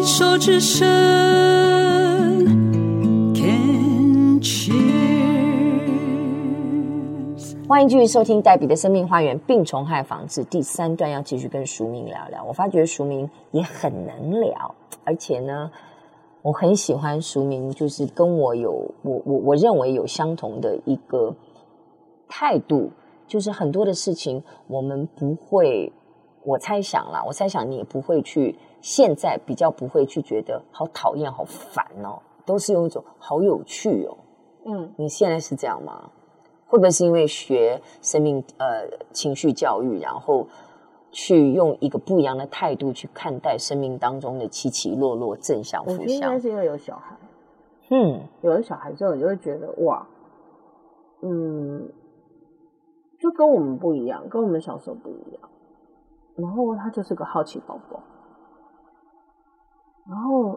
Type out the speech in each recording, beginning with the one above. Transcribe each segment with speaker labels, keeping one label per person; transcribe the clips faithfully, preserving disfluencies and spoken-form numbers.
Speaker 1: 手之声 Can Cheers。
Speaker 2: 欢迎继续收听黛比的生命花园病虫害防治第三段，要继续跟淑明聊聊。我发觉淑明也很能聊，而且呢我很喜欢淑明，就是跟我有我我我认为有相同的一个态度，就是很多的事情我们不会，我猜想啦，我猜想你也不会去，现在比较不会去觉得好讨厌、好烦哦，都是用一种好有趣哦。嗯，你现在是这样吗？会不会是因为学生命呃情绪教育，然后去用一个不一样的态度去看待生命当中的起起落落、正向、负向？
Speaker 3: 我觉得应该是因为有小孩，
Speaker 2: 嗯，
Speaker 3: 有了小孩之后，你就会觉得哇，嗯，就跟我们不一样，跟我们小时候不一样。然后他就是个好奇宝宝，然后，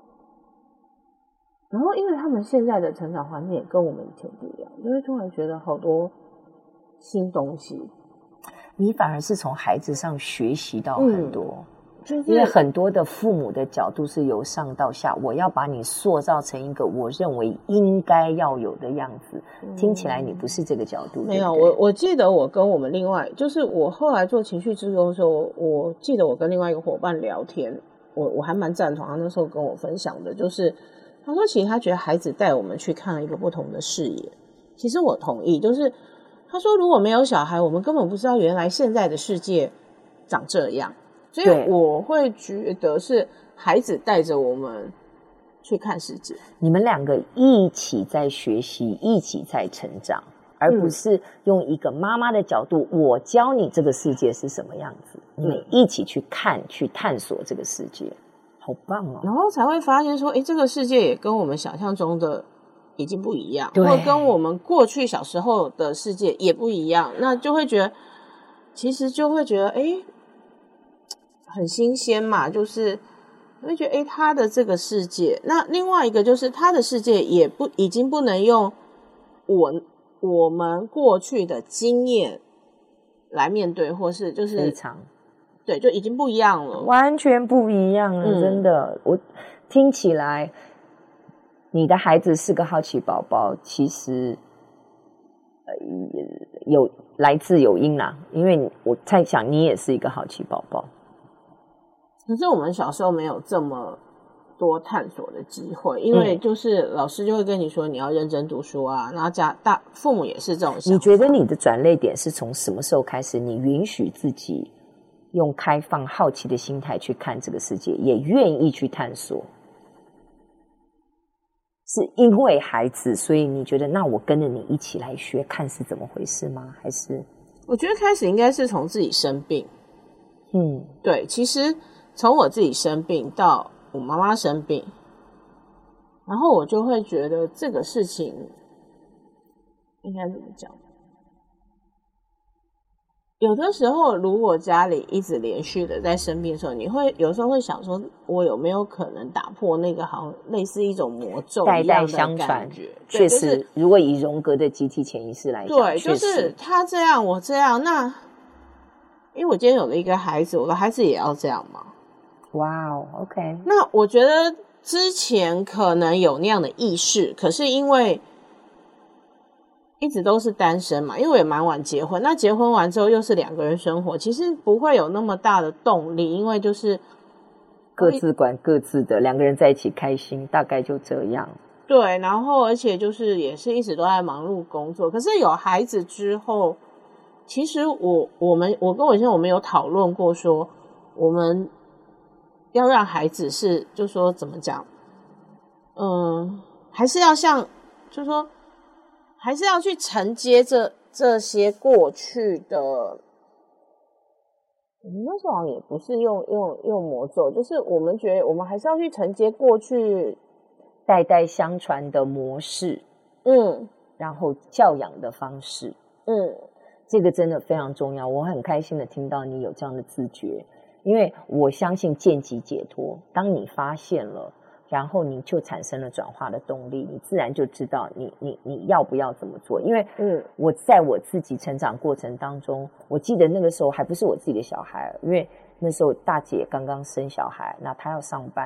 Speaker 3: 然后因为他们现在的成长环境也跟我们以前不一样，就会突然觉得好多新东西。
Speaker 2: 你反而是从孩子上学习到很多。
Speaker 3: 嗯就是、
Speaker 2: 因为很多的父母的角度是由上到下，我要把你塑造成一个我认为应该要有的样子。嗯、听起来你不是这个角度。
Speaker 3: 没有，
Speaker 2: 对对
Speaker 3: 我我记得我跟我们另外，就是我后来做情绪志工的时候，我记得我跟另外一个伙伴聊天，我我还蛮赞同他那时候跟我分享的，就是他说其实他觉得孩子带我们去看了一个不同的视野。其实我同意，就是他说如果没有小孩，我们根本不知道原来现在的世界长这样。所以我会觉得是孩子带着我们去看世界，
Speaker 2: 你们两个一起在学习，一起在成长，而不是用一个妈妈的角度，我教你这个世界是什么样子，你们一起去看、去探索这个世界，好棒哦！
Speaker 3: 然后才会发现说，哎，这个世界也跟我们想象中的已经不一样，或者跟我们过去小时候的世界也不一样，那就会觉得，其实就会觉得，哎。很新鲜嘛，就是会觉得诶他的这个世界，那另外一个就是他的世界也不已经不能用我我们过去的经验来面对，或是就是
Speaker 2: 非常
Speaker 3: 对，就已经不一样了，
Speaker 2: 完全不一样了、嗯、真的。我听起来你的孩子是个好奇宝宝，其实呃有来自有因啦，因为我在想你也是一个好奇宝宝。
Speaker 3: 可是我们小时候没有这么多探索的机会，因为就是老师就会跟你说你要认真读书啊，然后家大父母也是这种想法。
Speaker 2: 你觉得你的转捩点是从什么时候开始？你允许自己用开放、好奇的心态去看这个世界，也愿意去探索？是因为孩子，所以你觉得那我跟着你一起来学，看是怎么回事吗？还是
Speaker 3: 我觉得开始应该是从自己生病。
Speaker 2: 嗯，
Speaker 3: 对，其实。从我自己生病到我妈妈生病，然后我就会觉得这个事情应该怎么讲？有的时候，如果家里一直连续的在生病的时候，你会有时候会想说，我有没有可能打破那个好像类似一种魔咒一样的感觉？
Speaker 2: 确实，就是、如果以荣格的集体潜意识来讲，
Speaker 3: 对，就是他这样，我这样，那因为我今天有了一个孩子，我的孩子也要这样嘛。
Speaker 2: 哇哦 ，OK。
Speaker 3: 那我觉得之前可能有那样的意识，可是因为一直都是单身嘛，因为我也蛮晚结婚，那结婚完之后又是两个人生活，其实不会有那么大的动力，因为就是
Speaker 2: 各自管各自的，两个人在一起开心，大概就这样。
Speaker 3: 对，然后而且就是也是一直都在忙碌工作，可是有孩子之后，其实我我们我跟我先生我们有讨论过说，我们要让孩子是就说怎么讲，嗯，还是要像就说还是要去承接这这些过去的，我们那时候好像也不是用用用魔咒，就是我们觉得我们还是要去承接过去
Speaker 2: 代代相传的模式，
Speaker 3: 嗯，
Speaker 2: 然后教养的方式，
Speaker 3: 嗯，
Speaker 2: 这个真的非常重要。我很开心的听到你有这样的自觉。因为我相信见即解脱，当你发现了，然后你就产生了转化的动力，你自然就知道你你你要不要怎么做。因为嗯，我在我自己成长过程当中，我记得那个时候还不是我自己的小孩，因为那时候大姐刚刚生小孩，那她要上班，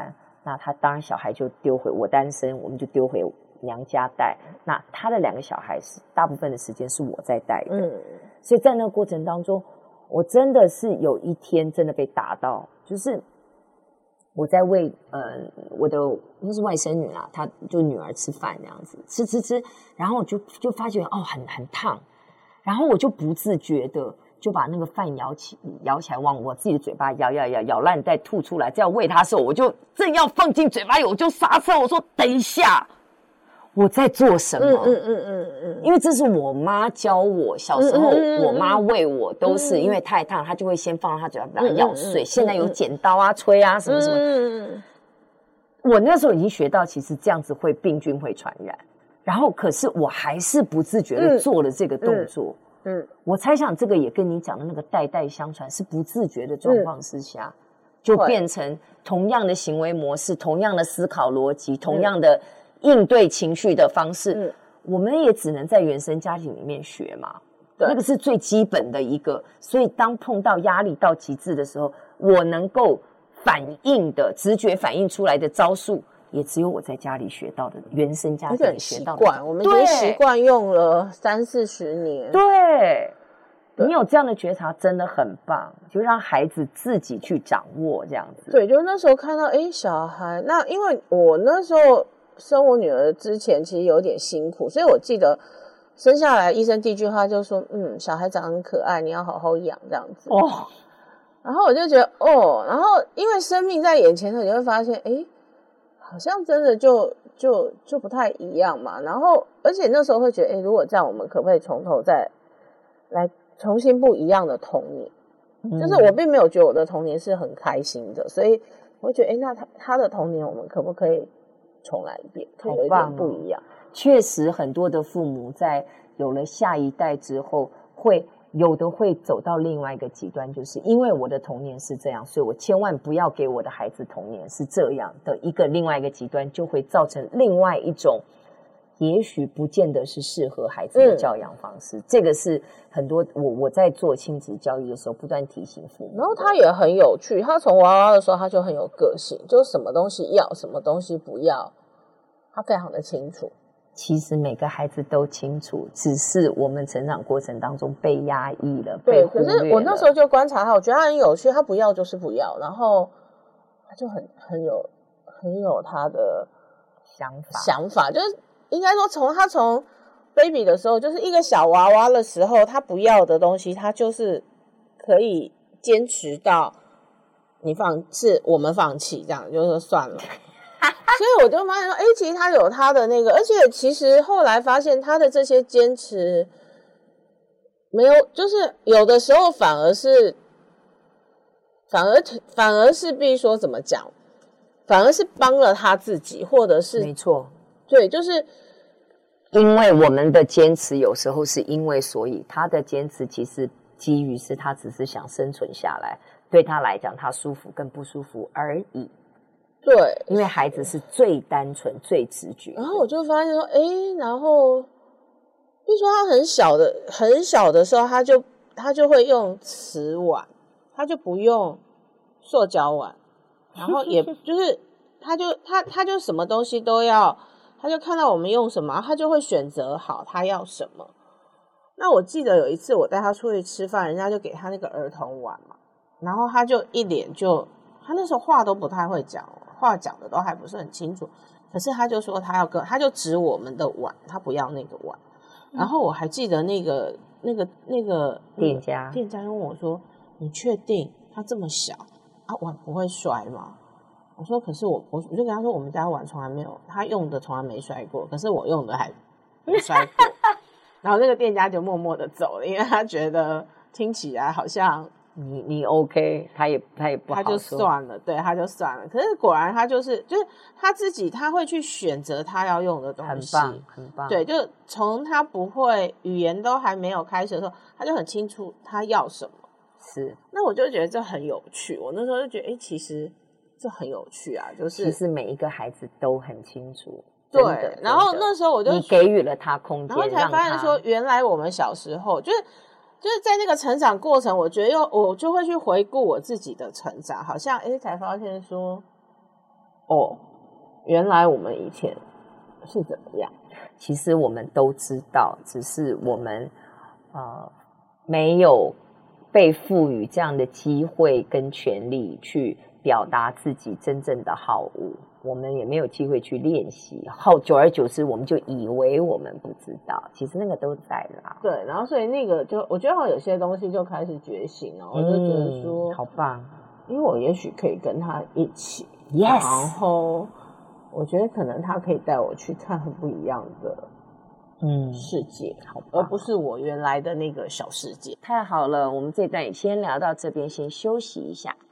Speaker 2: 那他当然小孩就丢回我单身，我们就丢回娘家带。那他的两个小孩是大部分的时间是我在带的，嗯，所以在那个过程当中，我真的是有一天真的被打到，就是我在喂呃我的那是外甥女啊，她就女儿吃饭这样子，吃吃吃，然后我就就发觉哦很很烫，然后我就不自觉的就把那个饭舀起舀起来往我自己的嘴巴舀舀舀舀烂再吐出来，这样喂她的时候，我就正要放进嘴巴里，我就刹车，我说等一下。我在做什么？嗯嗯嗯嗯嗯，因为这是我妈教我，小时候我妈喂我都是因为太烫，她就会先放到她嘴巴把它咬碎。现在有剪刀啊、吹啊什么什么。嗯，我那时候已经学到，其实这样子会病菌会传染。然后，可是我还是不自觉的做了这个动作。嗯，我猜想这个也跟你讲的那个代代相传，是不自觉的状况之下，就变成同样的行为模式、同样的思考逻辑、同样的。应对情绪的方式、嗯、我们也只能在原生家庭里面学嘛，那个是最基本的一个。所以当碰到压力到极致的时候，我能够反应的直觉反应出来的招数，也只有我在家里学到的，原生家庭学到的。
Speaker 3: 我们已经习惯用了三四十年。
Speaker 2: 对，你有这样的觉察真的很棒，就让孩子自己去掌握这样子。
Speaker 3: 对，就那时候看到哎，小孩，那因为我那时候生我女儿之前其实有点辛苦，所以我记得生下来医生第一句话就说嗯，小孩长得很可爱，你要好好养这样子。哦，然后我就觉得哦，然后因为生命在眼前的时候，你会发现哎，好像真的就就就不太一样嘛。然后而且那时候会觉得哎，如果这样，我们可不可以从头再来重新不一样的童年？嗯、就是我并没有觉得我的童年是很开心的，所以我会觉得哎，那他他的童年我们可不可以重来一遍，可以有一点不一样。
Speaker 2: 确实很多的父母在有了下一代之后，会有的会走到另外一个极端，就是因为我的童年是这样，所以我千万不要给我的孩子童年是这样的一个另外一个极端，就会造成另外一种也许不见得是适合孩子的教养方式、嗯、这个是很多我我在做亲子教育的时候不断提醒父母。
Speaker 3: 然后他也很有趣，他从娃娃的时候他就很有个性，就什么东西要什么东西不要他非常的清楚。
Speaker 2: 其实每个孩子都清楚，只是我们成长过程当中被压抑了，
Speaker 3: 对，
Speaker 2: 被忽略了。
Speaker 3: 可是我那时候就观察他，我觉得他很有趣，他不要就是不要，然后他就很很有很有他的
Speaker 2: 想法
Speaker 3: 想法，就是应该说从他从 baby 的时候，就是一个小娃娃的时候，他不要的东西，他就是可以坚持到你放是我们放弃，这样就是说算了。所以我就发现说，哎，其实他有他的那个，而且其实后来发现他的这些坚持，没有，就是有的时候反而是，反而反而是必须说怎么讲，反而是帮了他自己，或者是
Speaker 2: 没错，
Speaker 3: 对，就是
Speaker 2: 因为我们的坚持，有时候是因为所以他的坚持其实基于是他只是想生存下来，对他来讲，他舒服跟不舒服而已。
Speaker 3: 对，
Speaker 2: 因为孩子是最单纯、最直觉。
Speaker 3: 然后我就发现说，哎，然后，比如说他很小的、很小的时候，他就他就会用瓷碗，他就不用塑胶碗，然后也就是他就他他就什么东西都要，他就看到我们用什么，他就会选择好他要什么。那我记得有一次我带他出去吃饭，人家就给他那个儿童碗嘛，然后他就一脸就，他那时候话都不太会讲。话讲的都还不是很清楚，可是他就说他要跟，他就指我们的碗，他不要那个碗。嗯、然后我还记得那个那个那个
Speaker 2: 店家，
Speaker 3: 店家就问我说：“你确定他这么小啊，碗不会摔吗？”我说：“可是我我我就跟他说，我们家碗从来没有，他用的从来没摔过，可是我用的还没摔过。”然后那个店家就默默的走了，因为他觉得听起来好像。
Speaker 2: 你你 OK， 他也他也不好说，
Speaker 3: 他就算了，对，他就算了。可是果然他就是就是他自己，他会去选择他要用的东西，
Speaker 2: 很棒很棒。
Speaker 3: 对，就从他不会语言都还没有开始的时候，他就很清楚他要什么。
Speaker 2: 是，
Speaker 3: 那我就觉得这很有趣。我那时候就觉得，哎，其实这很有趣啊，就是
Speaker 2: 其实每一个孩子都很清楚。
Speaker 3: 对，然后那时候我就
Speaker 2: 你给予了他空间，
Speaker 3: 然后才发现说，原来我们小时候就是。就是在那个成长过程，我觉得又我就会去回顾我自己的成长，好像哎才发现说， 哦，原来我们以前是怎么样。
Speaker 2: 其实我们都知道，只是我们呃没有被赋予这样的机会跟权利去表达自己真正的好恶，我们也没有机会去练习，后久而久之我们就以为我们不知道，其实那个都在啦。
Speaker 3: 对，然后所以那个就我觉得好像有些东西就开始觉醒了，我就觉得说、
Speaker 2: 嗯、好棒，因
Speaker 3: 为我也许可以跟他一起
Speaker 2: yes
Speaker 3: 然后我觉得可能他可以带我去看很不一样的嗯世界，好，而不是我原来的那个小世界。
Speaker 2: 太好了，我们这段也先聊到这边，先休息一下。